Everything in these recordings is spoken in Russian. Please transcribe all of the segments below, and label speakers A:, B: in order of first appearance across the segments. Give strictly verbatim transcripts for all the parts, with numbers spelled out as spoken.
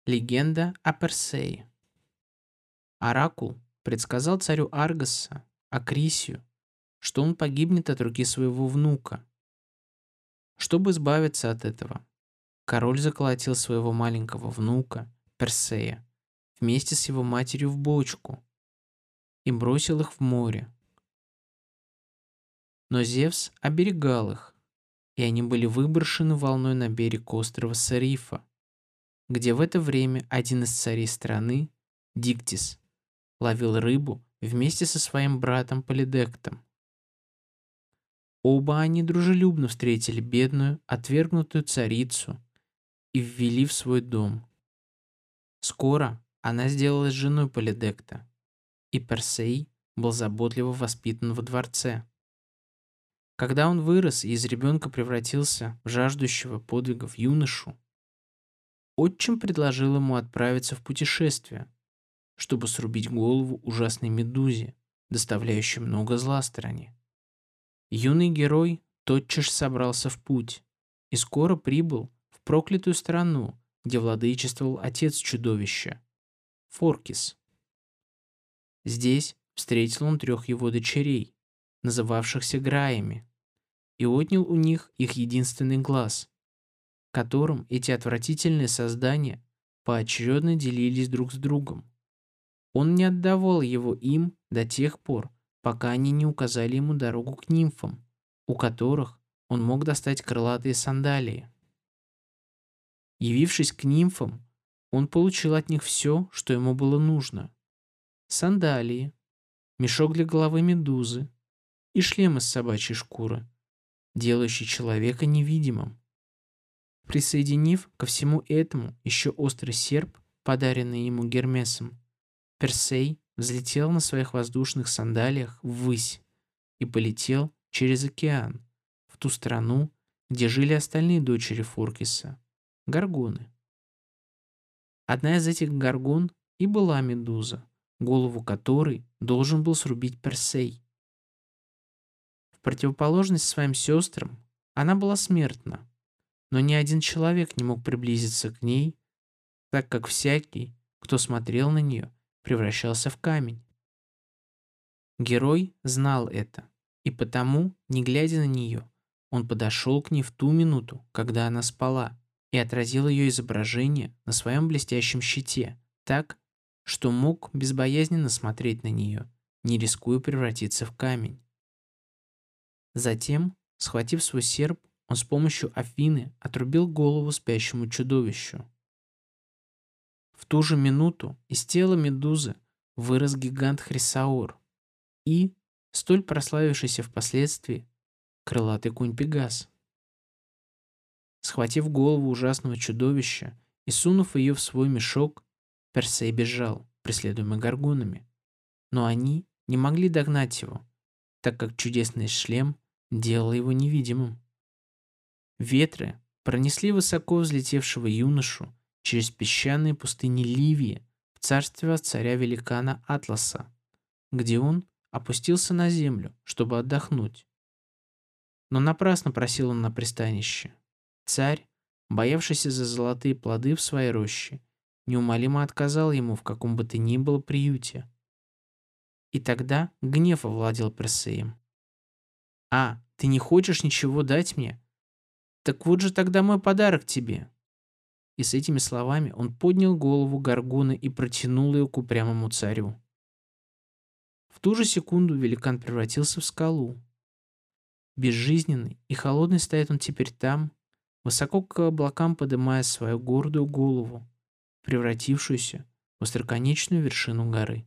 A: Легенда о Персее. Оракул предсказал царю Аргоса, Акрисию, что он погибнет от руки своего внука. Чтобы избавиться от этого, король заколотил своего маленького внука, Персея, вместе с его матерью в бочку и бросил их в море. Но Зевс оберегал их, и они были выброшены волной на берег острова Сарифа, где в это время один из царей страны, Диктис, ловил рыбу вместе со своим братом Полидектом. Оба они дружелюбно встретили бедную, отвергнутую царицу и ввели в свой дом. Скоро она сделалась женой Полидекта, и Персей был заботливо воспитан во дворце. Когда он вырос и из ребенка превратился в жаждущего подвигов юношу, отчим предложил ему отправиться в путешествие, чтобы срубить голову ужасной медузе, доставляющей много зла стране. Юный герой тотчас собрался в путь и скоро прибыл в проклятую страну, где владычествовал отец чудовища – Форкис. Здесь встретил он трех его дочерей, называвшихся Граями, и отнял у них их единственный глаз, которым эти отвратительные создания поочередно делились друг с другом. Он не отдавал его им до тех пор, пока они не указали ему дорогу к нимфам, у которых он мог достать крылатые сандалии. Явившись к нимфам, он получил от них все, что ему было нужно: сандалии, мешок для головы медузы и шлем из собачьей шкуры, делающий человека невидимым. Присоединив ко всему этому еще острый серп, подаренный ему Гермесом, Персей взлетел на своих воздушных сандалиях ввысь и полетел через океан в ту страну, где жили остальные дочери Форкиса – горгоны. Одна из этих горгон и была Медуза, голову которой должен был срубить Персей. В противоположность своим сестрам она была смертна, но ни один человек не мог приблизиться к ней, так как всякий, кто смотрел на нее, превращался в камень. Герой знал это, и потому, не глядя на нее, он подошел к ней в ту минуту, когда она спала, и отразил ее изображение на своем блестящем щите так, что мог безбоязненно смотреть на нее, не рискуя превратиться в камень. Затем, схватив свой серп, он с помощью Афины отрубил голову спящему чудовищу. В ту же минуту из тела Медузы вырос гигант Хрисаор и, столь прославившийся впоследствии, крылатый конь Пегас. Схватив голову ужасного чудовища и сунув ее в свой мешок, Персей бежал, преследуемый горгонами. Но они не могли догнать его, так как чудесный шлем делал его невидимым. Ветры пронесли высоко взлетевшего юношу через песчаные пустыни Ливии в царствие царя-великана Атласа, где он опустился на землю, чтобы отдохнуть. Но напрасно просил он на пристанище. Царь, боявшийся за золотые плоды в своей роще, неумолимо отказал ему в каком бы то ни было приюте. И тогда гнев овладел Персеем. «А, ты не хочешь ничего дать мне? Так вот же тогда мой подарок тебе». И с этими словами он поднял голову горгоны и протянул ее к упрямому царю. В ту же секунду великан превратился в скалу. Безжизненный и холодный стоит он теперь там, высоко к облакам подымая свою гордую голову, превратившуюся в остроконечную вершину горы.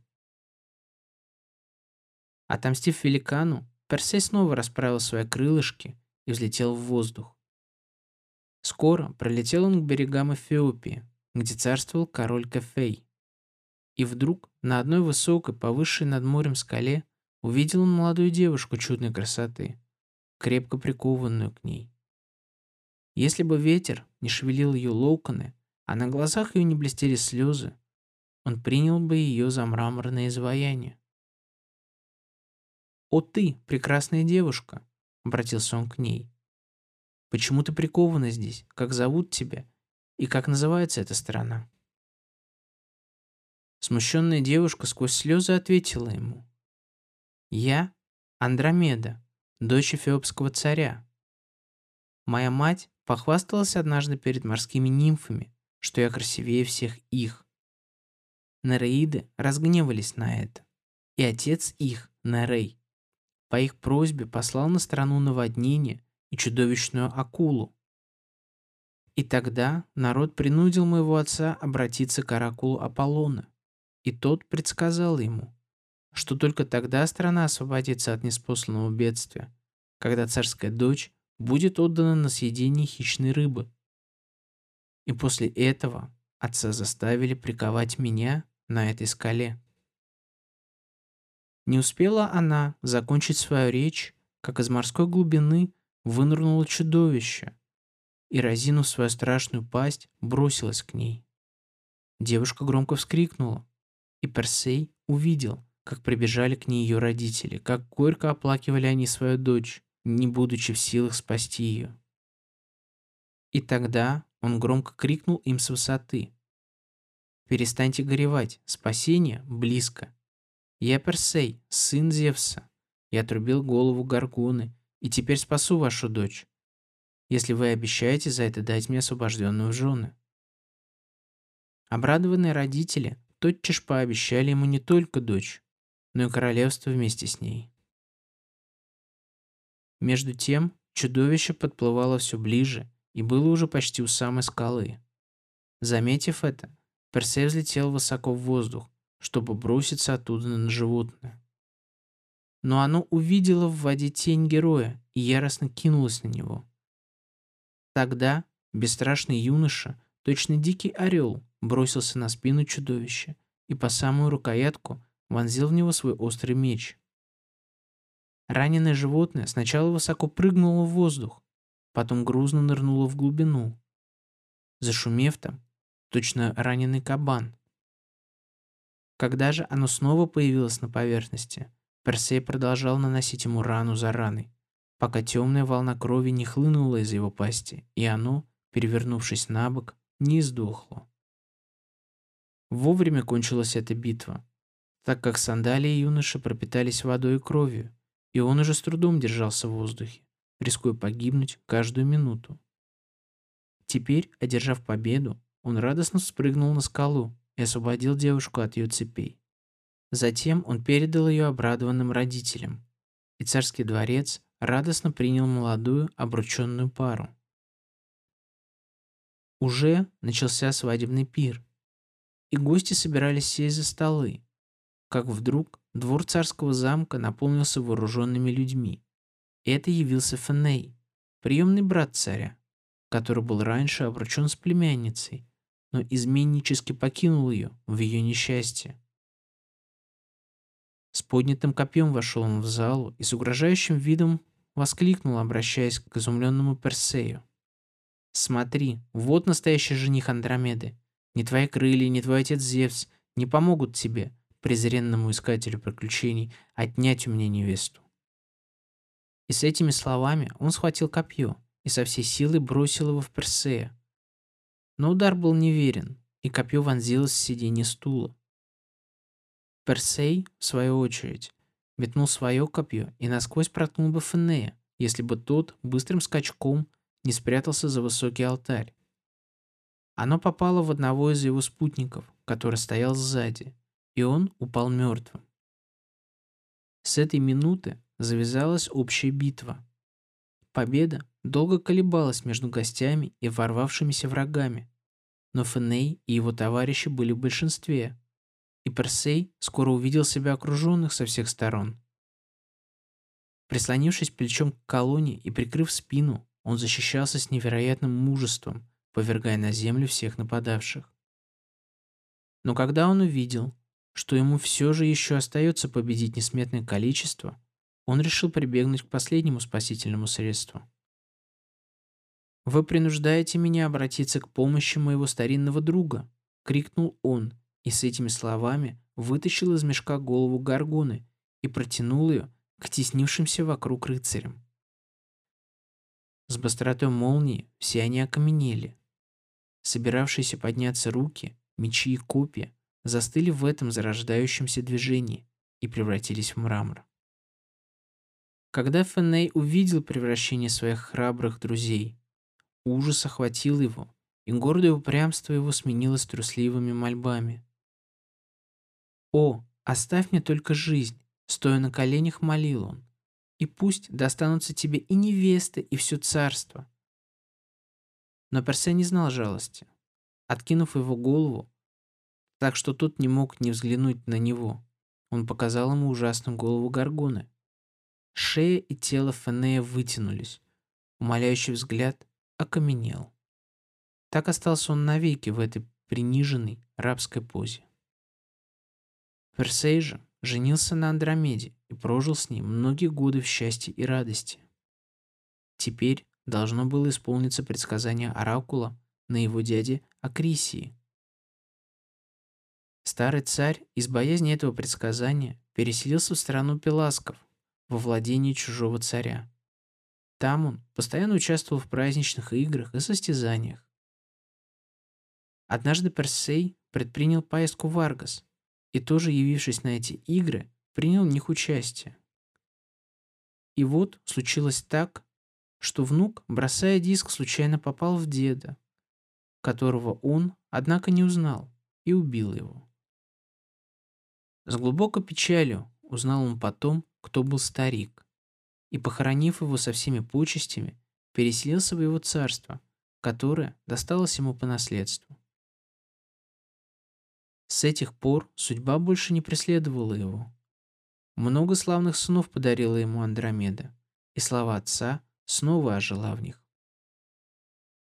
A: Отомстив великану, Персей снова расправил свои крылышки и взлетел в воздух. Скоро пролетел он к берегам Эфиопии, где царствовал король Кефей. И вдруг на одной высокой, повисшей над морем скале увидел он молодую девушку чудной красоты, крепко прикованную к ней. Если бы ветер не шевелил ее локоны, а на глазах ее не блестели слезы, он принял бы ее за мраморное изваяние. «О ты, прекрасная девушка!» — обратился он к ней. «Почему ты прикована здесь? Как зовут тебя? И как называется эта страна?» Смущенная девушка сквозь слезы ответила ему: «Я Андромеда, дочь эфиопского царя. Моя мать похвасталась однажды перед морскими нимфами, что я красивее всех их. Нереиды разгневались на это, и отец их, Нерей, по их просьбе послал на страну наводнение и чудовищную акулу. И тогда народ принудил моего отца обратиться к оракулу Аполлона, и тот предсказал ему, что только тогда страна освободится от неспосланного бедствия, когда царская дочь будет отдана на съедение хищной рыбы. И после этого отца заставили приковать меня на этой скале». Не успела она закончить свою речь, как из морской глубины вынырнуло чудовище и, разинув свою страшную пасть, бросилась к ней. Девушка громко вскрикнула, и Персей увидел, как прибежали к ней ее родители, как горько оплакивали они свою дочь, не будучи в силах спасти ее. И тогда он громко крикнул им с высоты: «Перестаньте горевать, спасение близко. Я Персей, сын Зевса. Я отрубил голову Горгоны и теперь спасу вашу дочь, если вы обещаете за это дать мне освобожденную в жены». Обрадованные родители тотчас пообещали ему не только дочь, но и королевство вместе с ней. Между тем чудовище подплывало все ближе и было уже почти у самой скалы. Заметив это, Персей взлетел высоко в воздух, чтобы броситься оттуда на животное. Но оно увидело в воде тень героя и яростно кинулось на него. Тогда бесстрашный юноша, точно дикий орел, бросился на спину чудовища и по самую рукоятку вонзил в него свой острый меч. Раненое животное сначала высоко прыгнуло в воздух, потом грузно нырнуло в глубину, зашумев там, точно раненый кабан. Когда же оно снова появилось на поверхности, Персей продолжал наносить ему рану за раной, пока темная волна крови не хлынула из его пасти, и оно, перевернувшись на бок, не издохло. Вовремя кончилась эта битва, так как сандалии юноши пропитались водой и кровью, и он уже с трудом держался в воздухе, рискуя погибнуть каждую минуту. Теперь, одержав победу, он радостно спрыгнул на скалу и освободил девушку от ее цепей. Затем он передал ее обрадованным родителям, и царский дворец радостно принял молодую обрученную пару. Уже начался свадебный пир, и гости собирались сесть за столы, как вдруг двор царского замка наполнился вооруженными людьми. Это явился Феней, приемный брат царя, который был раньше обручен с племянницей, но изменнически покинул ее в ее несчастье. С поднятым копьем вошел он в залу и с угрожающим видом воскликнул, обращаясь к изумленному Персею: «Смотри, вот настоящий жених Андромеды. Ни твои крылья, ни твой отец Зевс не помогут тебе, презренному искателю приключений, отнять у меня невесту». И с этими словами он схватил копье и со всей силы бросил его в Персея. Но удар был неверен, и копье вонзилось в сиденье стула. Персей, в свою очередь, метнул свое копье и насквозь проткнул бы Фенея, если бы тот быстрым скачком не спрятался за высокий алтарь. Оно попало в одного из его спутников, который стоял сзади, и он упал мертвым. С этой минуты завязалась общая битва. Победа долго колебалась между гостями и ворвавшимися врагами, но Феней и его товарищи были в большинстве, и Персей скоро увидел себя окруженных со всех сторон. Прислонившись плечом к колонне и прикрыв спину, он защищался с невероятным мужеством, повергая на землю всех нападавших. Но когда он увидел, что ему все же еще остается победить несметное количество, он решил прибегнуть к последнему спасительному средству. «Вы принуждаете меня обратиться к помощи моего старинного друга!» — крикнул он, и с этими словами вытащил из мешка голову Горгоны и протянул ее к теснившимся вокруг рыцарям. С быстротой молнии все они окаменели. Собиравшиеся подняться руки, мечи и копья застыли в этом зарождающемся движении и превратились в мрамор. Когда Феней увидел превращение своих храбрых друзей, ужас охватил его, и гордое упрямство его сменилось трусливыми мольбами. «О, оставь мне только жизнь!» — стоя на коленях, молил он. «И пусть достанутся тебе и невесты, и все царство». Но Персей не знал жалости. Откинув его голову, так что тот не мог не взглянуть на него, он показал ему ужасную голову Горгоны. Шея и тело Фенея вытянулись, умоляющий взгляд окаменел. Так остался он навеки в этой приниженной рабской позе. Персей же женился на Андромеде и прожил с ней многие годы в счастье и радости. Теперь должно было исполниться предсказание оракула на его дяде Акрисии. Старый царь из боязни этого предсказания переселился в страну Пеласков, во владение чужого царя. Там он постоянно участвовал в праздничных играх и состязаниях. Однажды Персей предпринял поездку в Аргос и, тоже явившись на эти игры, принял в них участие. И вот случилось так, что внук, бросая диск, случайно попал в деда, которого он, однако, не узнал, и убил его. С глубокой печалью узнал он потом, кто был старик, и, похоронив его со всеми почестями, переселился в его царство, которое досталось ему по наследству. С этих пор судьба больше не преследовала его. Много славных сынов подарила ему Андромеда, и слава отца снова ожила в них.